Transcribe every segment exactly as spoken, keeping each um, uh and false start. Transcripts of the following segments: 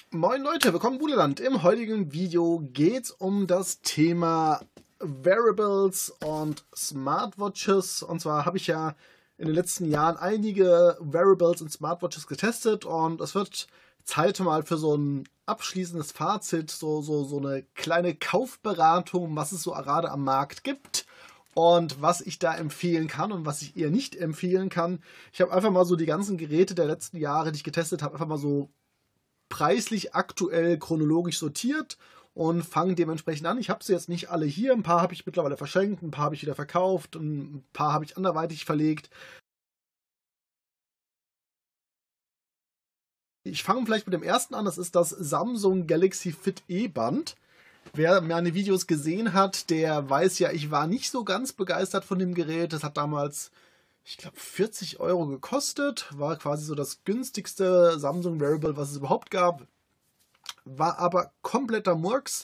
Moin Leute, willkommen im Budeland. Im heutigen Video geht es um das Thema Wearables und Smartwatches. Und zwar habe ich ja in den letzten Jahren einige Wearables und Smartwatches getestet und es wird Zeit mal für so ein abschließendes Fazit, so, so, so eine kleine Kaufberatung, was es so gerade am Markt gibt und was ich da empfehlen kann und was ich eher nicht empfehlen kann. Ich habe einfach mal so die ganzen Geräte der letzten Jahre, die ich getestet habe, einfach mal so preislich aktuell chronologisch sortiert und fange dementsprechend an. Ich habe sie jetzt nicht alle hier. Ein paar habe ich mittlerweile verschenkt, ein paar habe ich wieder verkauft, ein paar habe ich anderweitig verlegt. Ich fange vielleicht mit dem ersten an. Das ist das Samsung Galaxy Fit E-Band. Wer meine Videos gesehen hat, der weiß ja, ich war nicht so ganz begeistert von dem Gerät. Das hat damals, ich glaube, vierzig Euro gekostet. War quasi so das günstigste Samsung Wearable, was es überhaupt gab. War aber kompletter Murks.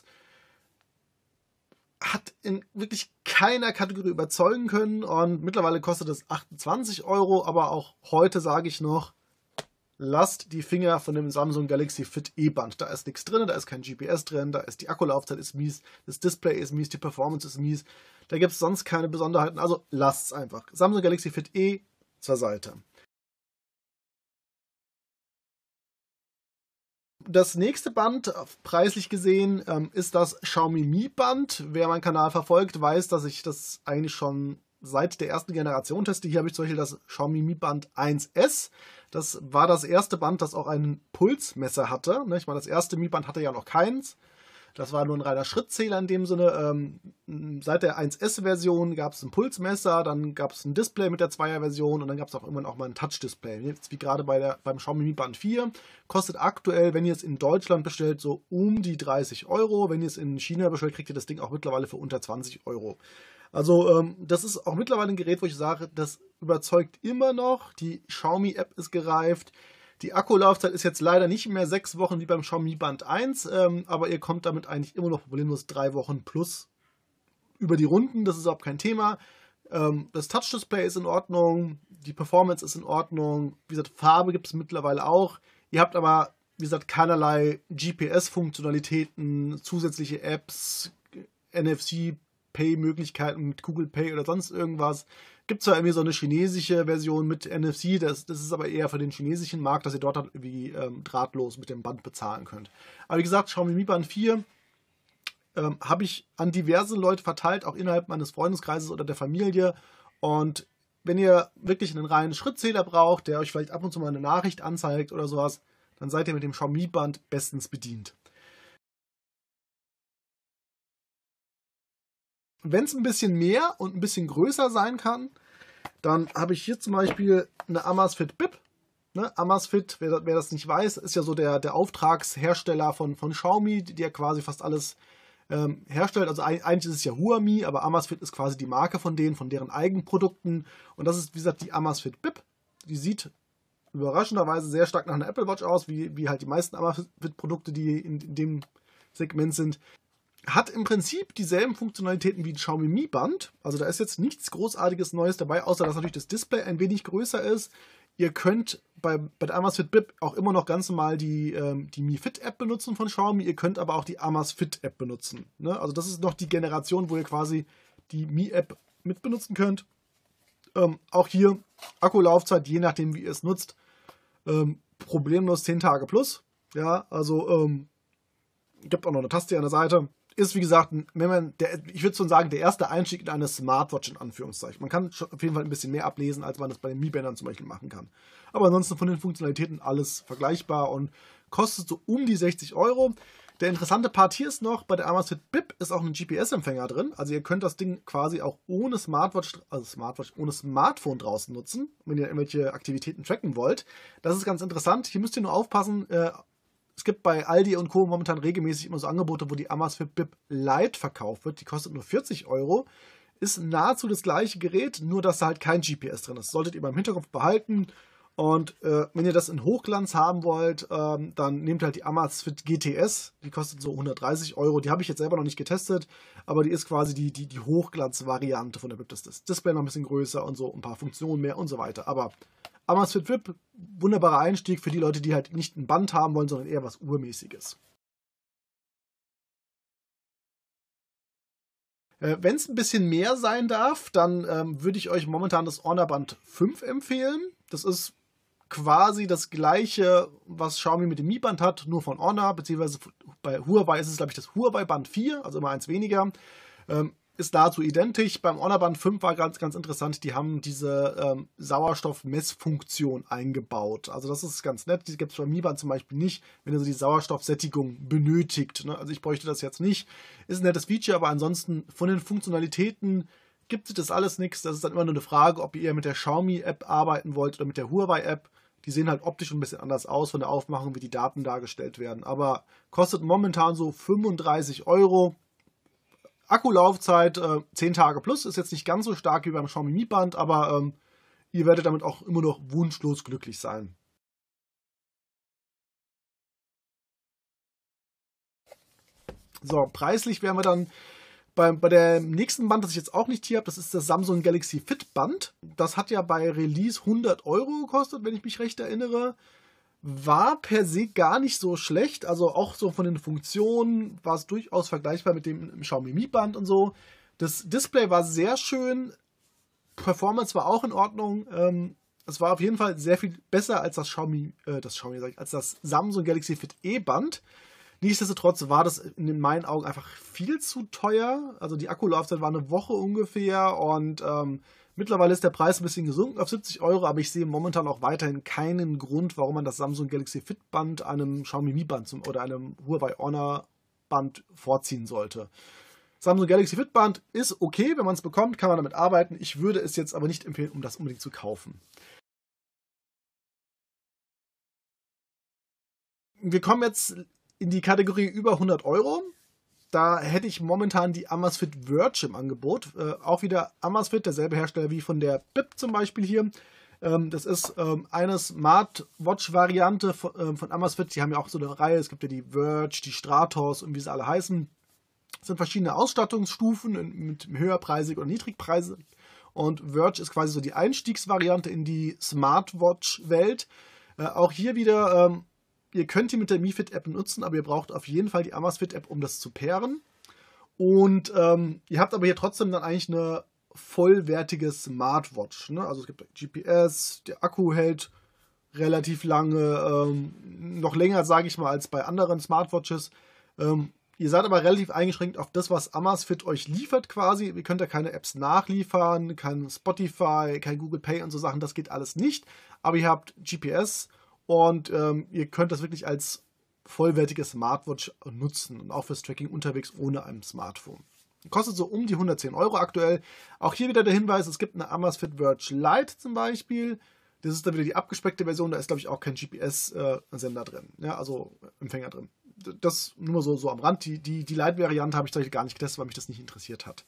Hat in wirklich keiner Kategorie überzeugen können. Und mittlerweile kostet es achtundzwanzig Euro. Aber auch heute sage ich noch, lasst die Finger von dem Samsung Galaxy Fit E-Band. Da ist nichts drin, da ist kein G P S drin, da ist die Akkulaufzeit ist mies, das Display ist mies, die Performance ist mies. Da gibt es sonst keine Besonderheiten, also lasst es einfach. Samsung Galaxy Fit E zur Seite. Das nächste Band, preislich gesehen, ist das Xiaomi Mi Band. Wer meinen Kanal verfolgt, weiß, dass ich das eigentlich schon seit der ersten Generation teste. Hier habe ich zum Beispiel das Xiaomi Mi Band eins S. Das war das erste Band, das auch einen Pulsmesser hatte. Ich meine, das erste Mi Band hatte ja noch keins. Das war nur ein reiner Schrittzähler in dem Sinne. Ähm, seit der eins S-Version gab es ein Pulsmesser, dann gab es ein Display mit der Zweier-Version und dann gab es auch irgendwann auch mal ein Touch-Display. Jetzt wie gerade bei der, beim Xiaomi Mi Band vier. Kostet aktuell, wenn ihr es in Deutschland bestellt, so um die dreißig Euro. Wenn ihr es in China bestellt, kriegt ihr das Ding auch mittlerweile für unter zwanzig Euro. Also ähm, das ist auch mittlerweile ein Gerät, wo ich sage, das überzeugt immer noch. Die Xiaomi-App ist gereift. Die Akkulaufzeit ist jetzt leider nicht mehr sechs Wochen wie beim Xiaomi Band eins, ähm, aber ihr kommt damit eigentlich immer noch problemlos drei Wochen plus über die Runden. Das ist überhaupt kein Thema. Ähm, das Touch-Display ist in Ordnung, die Performance ist in Ordnung. Wie gesagt, Farbe gibt es mittlerweile auch. Ihr habt aber, wie gesagt, keinerlei G P S-Funktionalitäten, zusätzliche Apps, N F C Pay-Möglichkeiten mit Google Pay oder sonst irgendwas. Gibt zwar irgendwie so eine chinesische Version mit N F C, das, das ist aber eher für den chinesischen Markt, dass ihr dort halt irgendwie ähm, drahtlos mit dem Band bezahlen könnt. Aber wie gesagt, Xiaomi Mi Band vier ähm, habe ich an diverse Leute verteilt, auch innerhalb meines Freundeskreises oder der Familie. Und wenn ihr wirklich einen reinen Schrittzähler braucht, der euch vielleicht ab und zu mal eine Nachricht anzeigt oder sowas, dann seid ihr mit dem Xiaomi Band bestens bedient. Wenn es ein bisschen mehr und ein bisschen größer sein kann, dann habe ich hier zum Beispiel eine Amazfit Bip. Ne? Amazfit, wer, wer das nicht weiß, ist ja so der, der Auftragshersteller von, von Xiaomi, der quasi fast alles ähm, herstellt. Also eigentlich ist es ja Huami, aber Amazfit ist quasi die Marke von denen, von deren Eigenprodukten. Und das ist, wie gesagt, die Amazfit Bip. Die sieht überraschenderweise sehr stark nach einer Apple Watch aus, wie, wie halt die meisten Amazfit-Produkte, die in, in dem Segment sind. Hat im Prinzip dieselben Funktionalitäten wie ein Xiaomi Mi Band. Also da ist jetzt nichts Großartiges Neues dabei, außer dass natürlich das Display ein wenig größer ist. Ihr könnt bei, bei der Amazfit Bip auch immer noch ganz normal die, ähm, die Mi Fit App benutzen von Xiaomi. Ihr könnt aber auch die Amazfit App benutzen. Ne? Also das ist noch die Generation, wo ihr quasi die Mi App mit benutzen könnt. Ähm, auch hier Akkulaufzeit, je nachdem wie ihr es nutzt, ähm, problemlos zehn Tage plus. Ja, also ähm, gibt auch noch eine Taste an der Seite. Ist, wie gesagt, wenn man der, ich würde schon sagen, der erste Einstieg in eine Smartwatch in Anführungszeichen. Man kann auf jeden Fall ein bisschen mehr ablesen, als man das bei den Mi-Bändern zum Beispiel machen kann. Aber ansonsten von den Funktionalitäten alles vergleichbar und kostet so um die sechzig Euro. Der interessante Part hier ist noch, bei der Amazfit Bip ist auch ein G P S-Empfänger drin. Also ihr könnt das Ding quasi auch ohne Smartwatch, also Smartwatch, ohne Smartphone draußen nutzen, wenn ihr irgendwelche Aktivitäten tracken wollt. Das ist ganz interessant. Hier müsst ihr nur aufpassen, äh, es gibt bei Aldi und Co. momentan regelmäßig immer so Angebote, wo die Amazfit Bip Lite verkauft wird. Die kostet nur vierzig Euro. Ist nahezu das gleiche Gerät, nur dass da halt kein G P S drin ist. Solltet ihr beim Hinterkopf behalten. Und äh, wenn ihr das in Hochglanz haben wollt, ähm, dann nehmt halt die Amazfit G T S. Die kostet so hundertdreißig Euro. Die habe ich jetzt selber noch nicht getestet, aber die ist quasi die, die, die Hochglanz-Variante von der Bip. Das Display noch ein bisschen größer und so, ein paar Funktionen mehr und so weiter. Aber Amazfit V I P, wunderbarer Einstieg für die Leute, die halt nicht ein Band haben wollen, sondern eher was Urmäßiges. Äh, Wenn es ein bisschen mehr sein darf, dann ähm, würde ich euch momentan das Honor Band fünf empfehlen. Das ist quasi das gleiche, was Xiaomi mit dem Mi Band hat, nur von Honor, beziehungsweise bei Huawei ist es, glaube ich, das Huawei Band vier, also immer eins weniger. Ähm, ist nahezu identisch. Beim Honor Band fünf war ganz, ganz interessant, die haben diese ähm, Sauerstoffmessfunktion eingebaut. Also das ist ganz nett, die gibt es beim Mi Band zum Beispiel nicht, wenn ihr so die Sauerstoffsättigung benötigt. Ne? Also ich bräuchte das jetzt nicht. Ist ein nettes Feature, aber ansonsten von den Funktionalitäten gibt es das alles nichts. Das ist dann immer nur eine Frage, ob ihr eher mit der Xiaomi-App arbeiten wollt oder mit der Huawei-App. Die sehen halt optisch ein bisschen anders aus von der Aufmachung, wie die Daten dargestellt werden. Aber kostet momentan so fünfunddreißig Euro. Akkulaufzeit äh, zehn Tage plus, ist jetzt nicht ganz so stark wie beim Xiaomi Mi Band, aber ähm, ihr werdet damit auch immer noch wunschlos glücklich sein. So, preislich wären wir dann bei, bei dem nächsten Band, das ich jetzt auch nicht hier habe, das ist das Samsung Galaxy Fit Band. Das hat ja bei Release hundert Euro gekostet, wenn ich mich recht erinnere. War per se gar nicht so schlecht, also auch so von den Funktionen war es durchaus vergleichbar mit dem Xiaomi Mi Band und so. Das Display war sehr schön, Performance war auch in Ordnung. Ähm, es war auf jeden Fall sehr viel besser als das Xiaomi, äh, das Xiaomi, sag ich, als das Samsung Galaxy Fit E Band. Nichtsdestotrotz war das in meinen Augen einfach viel zu teuer. Also die Akkulaufzeit war eine Woche ungefähr und ähm, mittlerweile ist der Preis ein bisschen gesunken auf siebzig Euro, aber ich sehe momentan auch weiterhin keinen Grund, warum man das Samsung Galaxy Fit Band einem Xiaomi Mi Band zum, oder einem Huawei Honor Band vorziehen sollte. Samsung Galaxy Fit Band ist okay, wenn man es bekommt, kann man damit arbeiten. Ich würde es jetzt aber nicht empfehlen, um das unbedingt zu kaufen. Wir kommen jetzt in die Kategorie über hundert Euro. Da hätte ich momentan die Amazfit Verge im Angebot. Äh, auch wieder Amazfit, derselbe Hersteller wie von der B I P zum Beispiel hier. Ähm, das ist ähm, eine Smartwatch-Variante von, ähm, von Amazfit. Die haben ja auch so eine Reihe. Es gibt ja die Verge, die Stratos und wie sie alle heißen. Es sind verschiedene Ausstattungsstufen mit höherpreisig oder niedrigpreisig. Und Verge ist quasi so die Einstiegsvariante in die Smartwatch-Welt. Äh, auch hier wieder... Ähm, Ihr könnt die mit der Mi Fit App nutzen, aber ihr braucht auf jeden Fall die Amazfit App, um das zu pairen. Und ähm, ihr habt aber hier trotzdem dann eigentlich eine vollwertige Smartwatch. Ne? Also es gibt G P S, der Akku hält relativ lange, ähm, noch länger, sage ich mal, als bei anderen Smartwatches. Ähm, ihr seid aber relativ eingeschränkt auf das, was Amazfit euch liefert quasi. Ihr könnt ja keine Apps nachliefern, kein Spotify, kein Google Pay und so Sachen, das geht alles nicht. Aber ihr habt G P S. Und ähm, ihr könnt das wirklich als vollwertige Smartwatch nutzen und auch fürs Tracking unterwegs ohne ein Smartphone. Kostet so um die hundertzehn Euro aktuell. Auch hier wieder der Hinweis, es gibt eine Amazfit Verge Lite zum Beispiel. Das ist dann wieder die abgespeckte Version, da ist glaube ich auch kein G P S-Sender äh, drin, ja, also Empfänger drin. Das nur so, so am Rand. Die, die, die Lite-Variante habe ich tatsächlich gar nicht getestet, weil mich das nicht interessiert hat.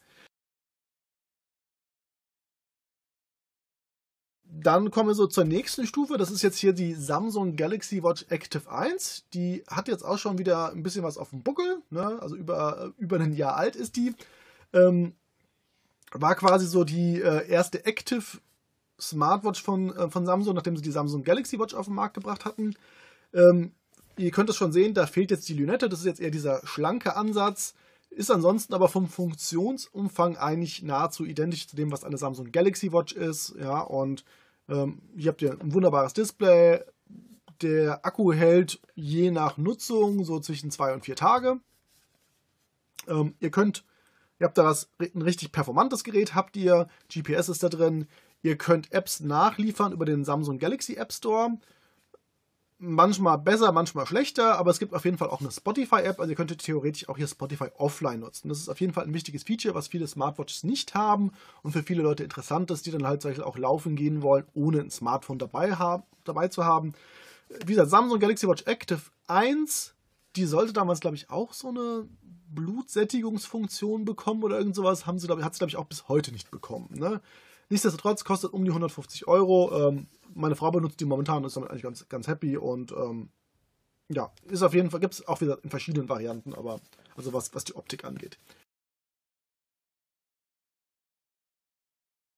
Dann kommen wir so zur nächsten Stufe. Das ist jetzt hier die Samsung Galaxy Watch Active eins. Die hat jetzt auch schon wieder ein bisschen was auf dem Buckel. Ne? Also über, über ein Jahr alt ist die. Ähm, war quasi so die äh, erste Active Smartwatch von, äh, von Samsung, nachdem sie die Samsung Galaxy Watch auf den Markt gebracht hatten. Ähm, ihr könnt es schon sehen, da fehlt jetzt die Lünette. Das ist jetzt eher dieser schlanke Ansatz. Ist ansonsten aber vom Funktionsumfang eigentlich nahezu identisch zu dem, was eine Samsung Galaxy Watch ist. Ja, und ähm, hier habt ihr ein wunderbares Display. Der Akku hält je nach Nutzung so zwischen zwei und vier Tage. Ähm, ihr könnt, ihr habt da was, ein richtig performantes Gerät, habt ihr. G P S ist da drin. Ihr könnt Apps nachliefern über den Samsung Galaxy App Store. Manchmal besser, manchmal schlechter, aber es gibt auf jeden Fall auch eine Spotify-App, also ihr könntet theoretisch auch hier Spotify offline nutzen. Das ist auf jeden Fall ein wichtiges Feature, was viele Smartwatches nicht haben und für viele Leute interessant ist, die dann halt auch laufen gehen wollen, ohne ein Smartphone dabei, haben, dabei zu haben. Wie gesagt, Samsung Galaxy Watch Active eins, die sollte damals, glaube ich, auch so eine Blutsättigungsfunktion bekommen oder irgend sowas, haben sie, glaube ich, hat sie, glaube ich, auch bis heute nicht bekommen. Ne? Nichtsdestotrotz kostet um die hundertfünfzig Euro. Ähm, meine Frau benutzt die momentan und ist damit eigentlich ganz, ganz happy. Und ähm, ja, ist auf jeden Fall, gibt es auch wieder in verschiedenen Varianten, aber also was, was die Optik angeht.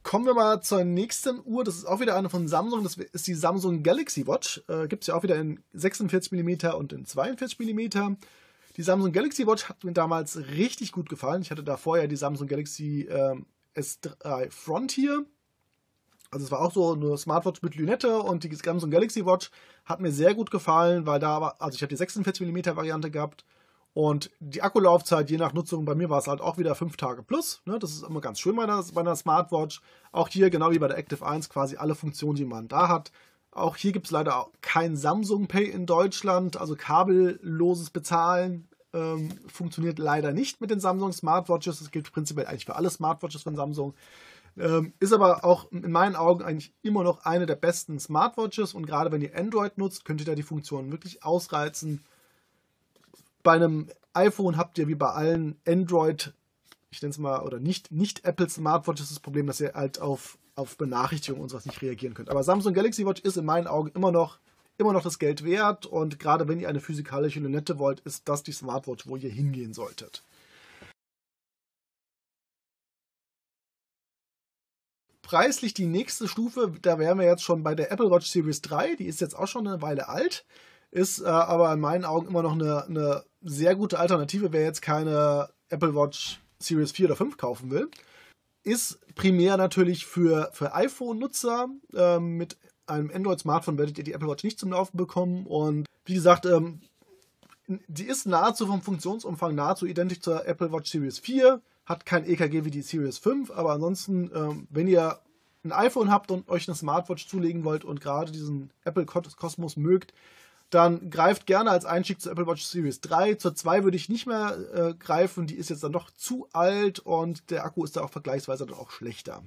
Kommen wir mal zur nächsten Uhr. Das ist auch wieder eine von Samsung. Das ist die Samsung Galaxy Watch. Äh, Gibt es ja auch wieder in sechsundvierzig Millimeter und in zweiundvierzig Millimeter. Die Samsung Galaxy Watch hat mir damals richtig gut gefallen. Ich hatte da vorher die Samsung Galaxy ähm, S drei Frontier. Also es war auch so eine Smartwatch mit Lünette und die Samsung Galaxy Watch hat mir sehr gut gefallen, weil da war, also ich habe die sechsundvierzig Millimeter Variante gehabt. Und die Akkulaufzeit, je nach Nutzung, bei mir war es halt auch wieder fünf Tage plus. Ne? Das ist immer ganz schön bei einer, bei einer Smartwatch. Auch hier, genau wie bei der Active eins, quasi alle Funktionen, die man da hat. Auch hier gibt es leider auch kein Samsung Pay in Deutschland. Also kabelloses Bezahlen ähm, funktioniert leider nicht mit den Samsung Smartwatches. Das gilt prinzipiell eigentlich für alle Smartwatches von Samsung. Ähm, ist aber auch in meinen Augen eigentlich immer noch eine der besten Smartwatches. Und gerade wenn ihr Android nutzt, könnt ihr da die Funktionen wirklich ausreizen. Bei einem iPhone habt ihr wie bei allen Android, ich nenne es mal, oder nicht, nicht Apple Smartwatches das Problem, dass ihr halt auf, auf Benachrichtigungen und sowas nicht reagieren könnt. Aber Samsung Galaxy Watch ist in meinen Augen immer noch, immer noch das Geld wert und gerade wenn ihr eine physikalische Lünette wollt, ist das die Smartwatch, wo ihr hingehen solltet. Preislich die nächste Stufe, da wären wir jetzt schon bei der Apple Watch Series drei, die ist jetzt auch schon eine Weile alt. Ist äh, aber in meinen Augen immer noch eine, eine sehr gute Alternative, wer jetzt keine Apple Watch Series vier oder fünf kaufen will. Ist primär natürlich für, für iPhone-Nutzer. Ähm, mit einem Android-Smartphone werdet ihr die Apple Watch nicht zum Laufen bekommen. Und wie gesagt, ähm, die ist nahezu vom Funktionsumfang nahezu identisch zur Apple Watch Series vier. Hat kein E K G wie die Series fünf, aber ansonsten, ähm, wenn ihr ein iPhone habt und euch eine Smartwatch zulegen wollt und gerade diesen Apple-Kosmos mögt, dann greift gerne als Einstieg zur Apple Watch Series drei. Zur zwei würde ich nicht mehr äh, greifen, die ist jetzt dann doch zu alt und der Akku ist da auch vergleichsweise dann auch schlechter.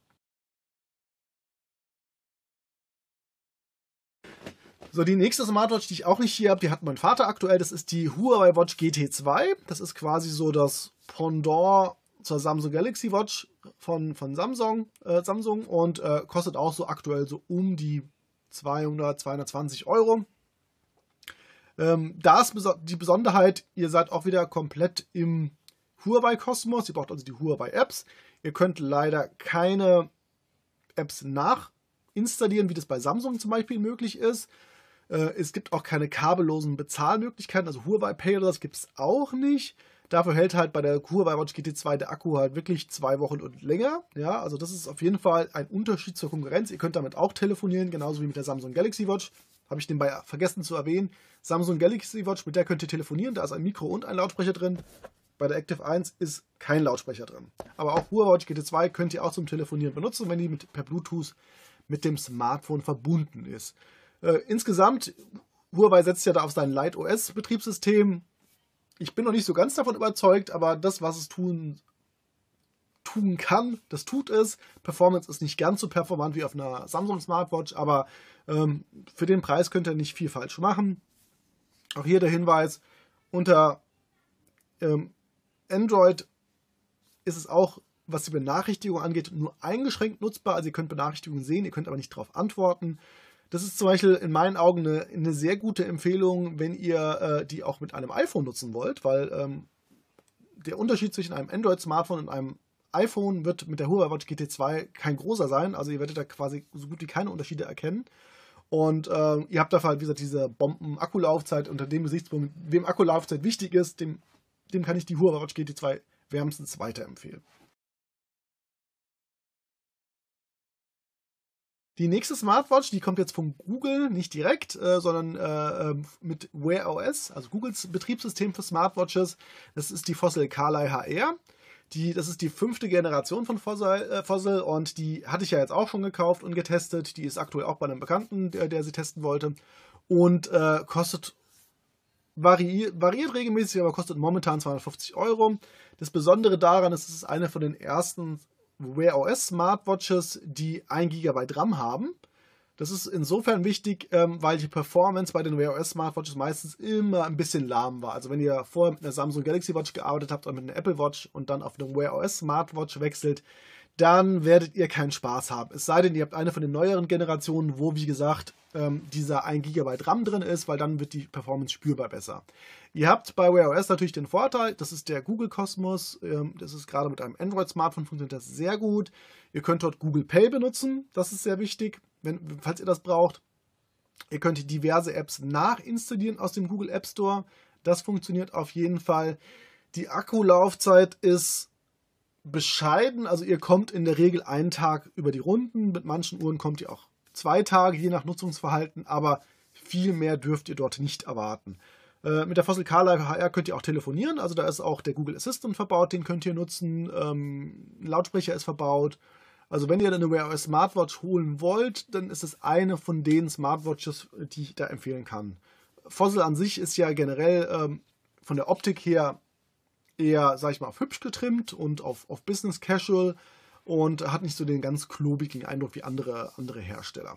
So, die nächste Smartwatch, die ich auch nicht hier habe, die hat mein Vater aktuell, das ist die Huawei Watch G T zwei. Das ist quasi so das Pendant zur Samsung Galaxy Watch von, von Samsung, äh, Samsung und äh, kostet auch so aktuell so um die zweihundert, zweihundertzwanzig Euro. Ähm, da ist die Besonderheit, ihr seid auch wieder komplett im Huawei-Kosmos. Ihr braucht also die Huawei-Apps. Ihr könnt leider keine Apps nachinstallieren, wie das bei Samsung zum Beispiel möglich ist. Äh, es gibt auch keine kabellosen Bezahlmöglichkeiten, also Huawei Pay oder das gibt es auch nicht. Dafür hält halt bei der Huawei Watch G T zwei der Akku halt wirklich zwei Wochen und länger. Ja, also das ist auf jeden Fall ein Unterschied zur Konkurrenz. Ihr könnt damit auch telefonieren, genauso wie mit der Samsung Galaxy Watch. Habe ich nebenbei vergessen zu erwähnen. Samsung Galaxy Watch, mit der könnt ihr telefonieren. Da ist ein Mikro und ein Lautsprecher drin. Bei der Active eins ist kein Lautsprecher drin. Aber auch Huawei Watch G T zwei könnt ihr auch zum Telefonieren benutzen, wenn die mit, per Bluetooth mit dem Smartphone verbunden ist. Äh, insgesamt, Huawei setzt ja da auf sein Light O S Betriebssystem. Ich bin noch nicht so ganz davon überzeugt, aber das, was es tun, tun kann, das tut es. Performance ist nicht ganz so performant wie auf einer Samsung Smartwatch, aber ähm, für den Preis könnt ihr nicht viel falsch machen. Auch hier der Hinweis, unter ähm, Android ist es auch, was die Benachrichtigung angeht, nur eingeschränkt nutzbar. Also ihr könnt Benachrichtigungen sehen, ihr könnt aber nicht darauf antworten. Das ist zum Beispiel in meinen Augen eine, eine sehr gute Empfehlung, wenn ihr äh, die auch mit einem iPhone nutzen wollt, weil ähm, der Unterschied zwischen einem Android-Smartphone und einem iPhone wird mit der Huawei Watch G T zwei kein großer sein. Also ihr werdet da quasi so gut wie keine Unterschiede erkennen. Und äh, ihr habt dafür halt, wie gesagt, diese Bomben-Akkulaufzeit. Unter dem Gesichtspunkt, wem Akkulaufzeit wichtig ist, dem, dem kann ich die Huawei Watch G T zwei wärmstens weiterempfehlen. Die nächste Smartwatch, die kommt jetzt von Google, nicht direkt, äh, sondern äh, mit Wear O S, also Googles Betriebssystem für Smartwatches. Das ist die Fossil Carlyle H R. Die, das ist die fünfte Generation von Fossil, äh, Fossil und die hatte ich ja jetzt auch schon gekauft und getestet. Die ist aktuell auch bei einem Bekannten, der, der sie testen wollte. Und äh, kostet, vari variiert regelmäßig, aber kostet momentan zweihundertfünfzig Euro. Das Besondere daran ist, es ist eine von den ersten Wear O S Smartwatches, die ein Gigabyte RAM haben. Das ist insofern wichtig, ähm, weil die Performance bei den Wear O S Smartwatches meistens immer ein bisschen lahm war. Also wenn ihr vorher mit einer Samsung Galaxy Watch gearbeitet habt oder mit einer Apple Watch und dann auf eine Wear O S Smartwatch wechselt, dann werdet ihr keinen Spaß haben. Es sei denn, ihr habt eine von den neueren Generationen, wo, wie gesagt, ähm, dieser ein Gigabyte RAM drin ist, weil dann wird die Performance spürbar besser. Ihr habt bei Wear O S natürlich den Vorteil, das ist der Google Kosmos, ähm, das ist gerade mit einem Android-Smartphone funktioniert das sehr gut. Ihr könnt dort Google Pay benutzen, das ist sehr wichtig, wenn, falls ihr das braucht. Ihr könnt diverse Apps nachinstallieren aus dem Google App Store, das funktioniert auf jeden Fall. Die Akkulaufzeit ist bescheiden, also ihr kommt in der Regel einen Tag über die Runden, mit manchen Uhren kommt ihr auch zwei Tage, je nach Nutzungsverhalten, aber viel mehr dürft ihr dort nicht erwarten. Äh, mit der Fossil K Live H R könnt ihr auch telefonieren, also da ist auch der Google Assistant verbaut, den könnt ihr nutzen, ähm, ein Lautsprecher ist verbaut. Also wenn ihr eine Wear O S Smartwatch holen wollt, dann ist es eine von den Smartwatches, die ich da empfehlen kann. Fossil an sich ist ja generell ähm, von der Optik her eher, sag ich mal, auf hübsch getrimmt und auf, auf Business Casual und hat nicht so den ganz klobigen Eindruck wie andere, andere Hersteller.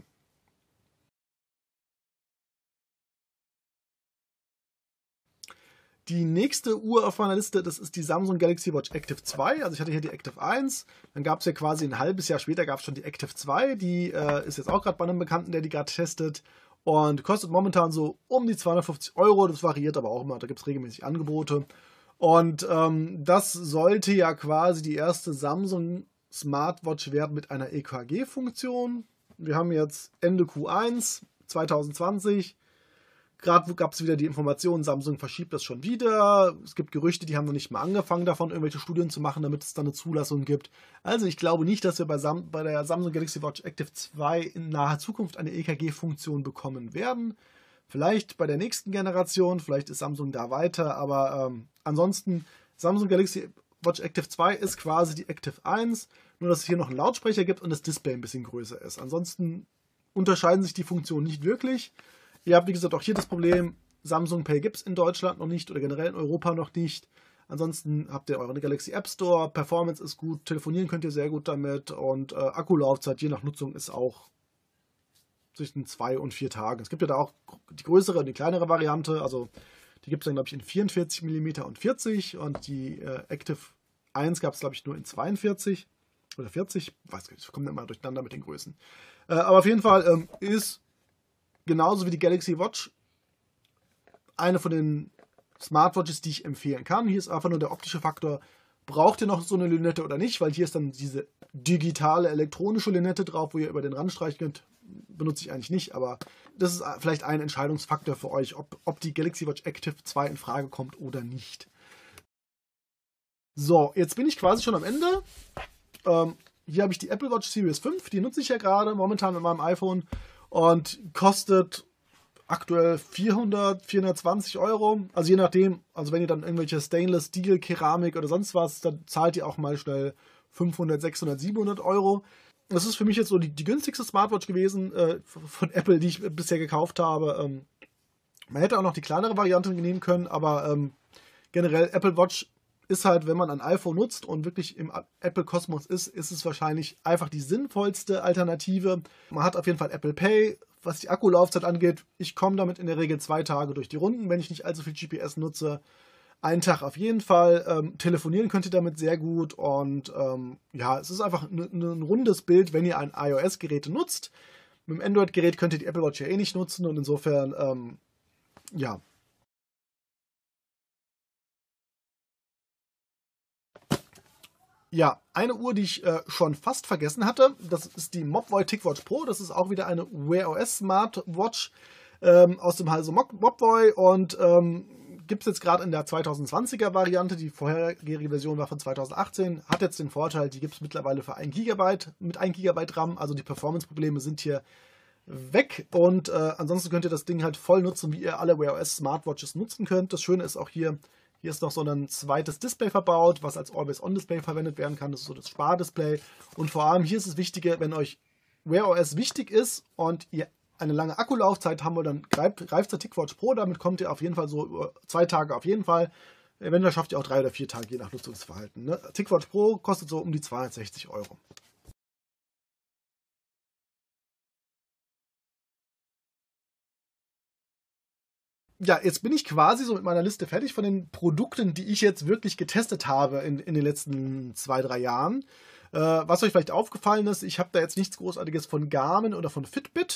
Die nächste Uhr auf meiner Liste, das ist die Samsung Galaxy Watch Active zwei. Also ich hatte hier die Active eins, dann gab es ja quasi ein halbes Jahr später gab es schon die Active zwei. Die äh, ist jetzt auch gerade bei einem Bekannten, der die gerade testet. Und kostet momentan so um die zweihundertfünfzig Euro. Das variiert aber auch immer, da gibt es regelmäßig Angebote. Und ähm, das sollte ja quasi die erste Samsung Smartwatch werden mit einer E K G-Funktion. Wir haben jetzt Ende Q eins zwanzig zwanzig. Gerade gab es wieder die Information, Samsung verschiebt das schon wieder. Es gibt Gerüchte, die haben noch nicht mal angefangen davon, irgendwelche Studien zu machen, damit es dann eine Zulassung gibt. Also ich glaube nicht, dass wir bei, Sam bei der Samsung Galaxy Watch Active zwei in naher Zukunft eine E K G-Funktion bekommen werden. Vielleicht bei der nächsten Generation, vielleicht ist Samsung da weiter, aber ähm, ansonsten, Samsung Galaxy Watch Active zwei ist quasi die Active eins, nur dass es hier noch einen Lautsprecher gibt und das Display ein bisschen größer ist. Ansonsten unterscheiden sich die Funktionen nicht wirklich. Ihr habt, wie gesagt, auch hier das Problem, Samsung Pay gibt es in Deutschland noch nicht oder generell in Europa noch nicht. Ansonsten habt ihr euren Galaxy App Store, Performance ist gut, telefonieren könnt ihr sehr gut damit und äh, Akkulaufzeit je nach Nutzung ist auch zwischen zwei und vier Tagen. Es gibt ja da auch die größere und die kleinere Variante, also die gibt es dann, glaube ich, in vierundvierzig Millimeter und vierzig und die äh, Active eins gab es, glaube ich, nur in zweiundvierzig oder vierzig, ich weiß gar nicht, ich komme immer durcheinander mit den Größen. Äh, aber auf jeden Fall ähm, ist genauso wie die Galaxy Watch eine von den Smartwatches, die ich empfehlen kann. Hier ist einfach nur der optische Faktor, braucht ihr noch so eine Lünette oder nicht, weil hier ist dann diese digitale elektronische Lünette drauf, wo ihr über den Rand streichen könnt. Benutze ich eigentlich nicht, aber das ist vielleicht ein Entscheidungsfaktor für euch, ob, ob die Galaxy Watch Active zwei in Frage kommt oder nicht. So, jetzt bin ich quasi schon am Ende. Ähm, hier habe ich die Apple Watch Series fünf, die nutze ich ja gerade momentan mit meinem iPhone und kostet aktuell vierhundert, vierhundertzwanzig Euro. Also je nachdem, also wenn ihr dann irgendwelche Stainless Steel, Keramik oder sonst was, dann zahlt ihr auch mal schnell fünfhundert, sechshundert, siebenhundert Euro. Das ist für mich jetzt so die, die günstigste Smartwatch gewesen äh, von Apple, die ich bisher gekauft habe. Ähm, man hätte auch noch die kleinere Variante nehmen können, aber ähm, generell Apple Watch ist halt, wenn man ein iPhone nutzt und wirklich im Apple Kosmos ist, ist es wahrscheinlich einfach die sinnvollste Alternative. Man hat auf jeden Fall Apple Pay, was die Akkulaufzeit angeht. Ich komme damit in der Regel zwei Tage durch die Runden, wenn ich nicht allzu viel G P S nutze. Einen Tag auf jeden Fall. Ähm, telefonieren könnt ihr damit sehr gut und ähm, ja, es ist einfach ein, ein rundes Bild, wenn ihr ein iOS-Gerät nutzt. Mit dem Android-Gerät könnt ihr die Apple Watch ja eh nicht nutzen und insofern, ähm, ja. Ja, eine Uhr, die ich äh, schon fast vergessen hatte, das ist die Mobvoi TicWatch Pro. Das ist auch wieder eine Wear O S Smartwatch ähm, aus dem Hause Mobvoi und ähm, gibt es jetzt gerade in der zwanzig zwanziger Variante. Die vorherige Version war von zwanzig achtzehn. Hat jetzt den Vorteil, die gibt es mittlerweile für ein Gigabyte mit ein Gigabyte RAM. Also die Performance-Probleme sind hier weg. Und äh, ansonsten könnt ihr das Ding halt voll nutzen, wie ihr alle Wear O S Smartwatches nutzen könnt. Das Schöne ist auch hier, hier ist noch so ein zweites Display verbaut, was als Always-On-Display verwendet werden kann. Das ist so das Spardisplay. Und vor allem hier ist das Wichtige, wenn euch Wear O S wichtig ist und ihr eine lange Akkulaufzeit haben wollt, dann greift, greift zur TicWatch Pro. Damit kommt ihr auf jeden Fall so über zwei Tage auf jeden Fall. Eventuell schafft ihr auch drei oder vier Tage, je nach Nutzungsverhalten. Ne? TicWatch Pro kostet so um die zweihundertsechzig Euro. Ja, jetzt bin ich quasi so mit meiner Liste fertig von den Produkten, die ich jetzt wirklich getestet habe in, in den letzten zwei, drei Jahren. Äh, was euch vielleicht aufgefallen ist, ich habe da jetzt nichts Großartiges von Garmin oder von Fitbit.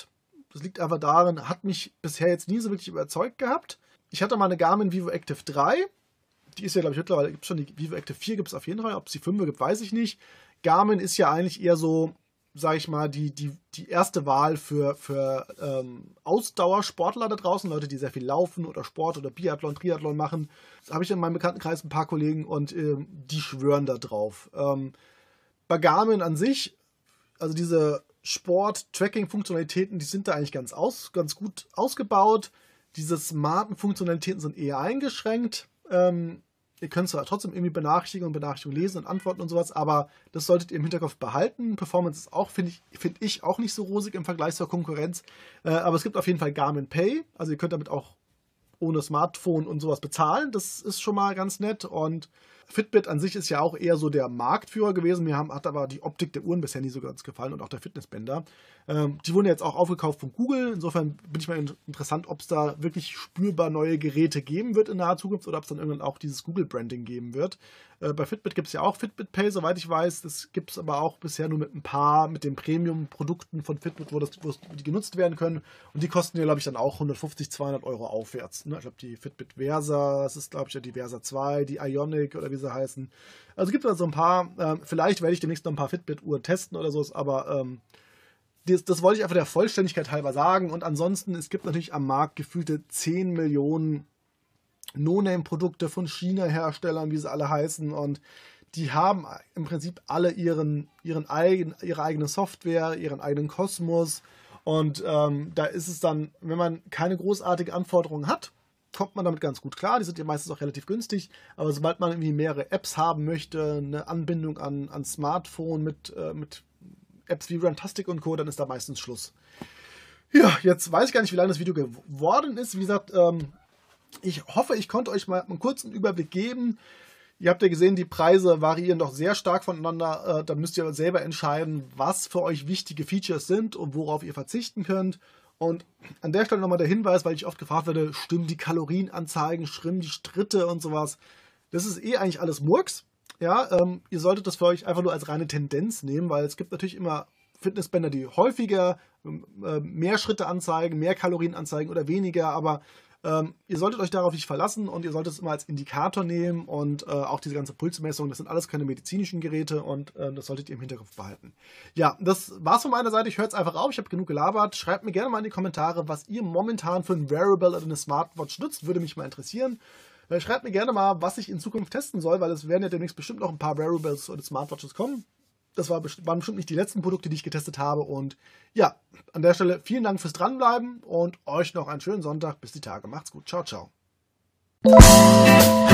Das liegt einfach daran, hat mich bisher jetzt nie so wirklich überzeugt gehabt. Ich hatte mal eine Garmin Vivo Active drei. Die ist ja, glaube ich, mittlerweile gibt es schon. Die Vivo Active vier gibt es auf jeden Fall. Ob es die fünf gibt, weiß ich nicht. Garmin ist ja eigentlich eher so, sage ich mal, die, die, die erste Wahl für, für ähm, Ausdauersportler da draußen. Leute, die sehr viel laufen oder Sport oder Biathlon, Triathlon machen. Das habe ich in meinem Bekanntenkreis ein paar Kollegen und ähm, die schwören da drauf. Ähm, bei Garmin an sich, also diese Sport-Tracking-Funktionalitäten, die sind da eigentlich ganz, aus, ganz gut ausgebaut. Diese smarten Funktionalitäten sind eher eingeschränkt. Ähm, ihr könnt zwar trotzdem irgendwie Benachrichtigungen und Benachrichtigungen lesen und antworten und sowas, aber das solltet ihr im Hinterkopf behalten. Performance ist auch, finde ich, find ich, auch nicht so rosig im Vergleich zur Konkurrenz. Äh, aber es gibt auf jeden Fall Garmin Pay. Also ihr könnt damit auch ohne Smartphone und sowas bezahlen. Das ist schon mal ganz nett. Und Fitbit an sich ist ja auch eher so der Marktführer gewesen. Mir haben, hat aber die Optik der Uhren bisher nie so ganz gefallen und auch der Fitnessbänder. Ähm, die wurden ja jetzt auch aufgekauft von Google. Insofern bin ich mal in, interessant, ob es da wirklich spürbar neue Geräte geben wird in naher Zukunft oder ob es dann irgendwann auch dieses Google-Branding geben wird. Äh, bei Fitbit gibt es ja auch Fitbit Pay, soweit ich weiß. Das gibt es aber auch bisher nur mit ein paar, mit den Premium-Produkten von Fitbit, wo, das, wo die genutzt werden können. Und die kosten ja, glaube ich, dann auch hundertfünfzig, zweihundert Euro aufwärts. Ne? Ich glaube, die Fitbit Versa, das ist, glaube ich, ja die Versa zwei, die Ionic oder wie sie heißen. Also gibt es also ein paar, ähm, vielleicht werde ich demnächst noch ein paar Fitbit-Uhren testen oder so, aber ähm, das, das wollte ich einfach der Vollständigkeit halber sagen. Und ansonsten, es gibt natürlich am Markt gefühlte zehn Millionen No-Name-Produkte von China-Herstellern, wie sie alle heißen, und die haben im Prinzip alle ihren, ihren eigen, ihre eigene Software, ihren eigenen Kosmos, und ähm, da ist es dann, wenn man keine großartige Anforderungen hat, kommt man damit ganz gut klar. Die sind ja meistens auch relativ günstig, aber sobald man irgendwie mehrere Apps haben möchte, eine Anbindung an, an Smartphone mit, äh, mit Apps wie Runtastic und Co., dann ist da meistens Schluss. Ja, jetzt weiß ich gar nicht, wie lange das Video geworden ist. Wie gesagt, ähm, ich hoffe, ich konnte euch mal einen kurzen Überblick geben. Ihr habt ja gesehen, die Preise variieren doch sehr stark voneinander. Äh, da müsst ihr selber entscheiden, was für euch wichtige Features sind und worauf ihr verzichten könnt. Und an der Stelle nochmal der Hinweis, weil ich oft gefragt werde, stimmen die Kalorienanzeigen, stimmen die Stritte und sowas. Das ist eh eigentlich alles Murks. Ja, ähm, ihr solltet das für euch einfach nur als reine Tendenz nehmen, weil es gibt natürlich immer Fitnessbänder, die häufiger äh, mehr Schritte anzeigen, mehr Kalorien anzeigen oder weniger, aber ähm, ihr solltet euch darauf nicht verlassen und ihr solltet es immer als Indikator nehmen, und äh, auch diese ganze Pulsmessung, das sind alles keine medizinischen Geräte, und äh, das solltet ihr im Hinterkopf behalten. Ja, das war's von meiner Seite. Ich höre jetzt einfach auf, ich habe genug gelabert. Schreibt mir gerne mal in die Kommentare, was ihr momentan für ein Wearable oder eine Smartwatch nutzt, würde mich mal interessieren. Äh, schreibt mir gerne mal, was ich in Zukunft testen soll, weil es werden ja demnächst bestimmt noch ein paar Wearables oder Smartwatches kommen. Das war best- waren bestimmt nicht die letzten Produkte, die ich getestet habe. Und ja, an der Stelle vielen Dank fürs Dranbleiben und euch noch einen schönen Sonntag. Bis die Tage. Macht's gut. Ciao, ciao.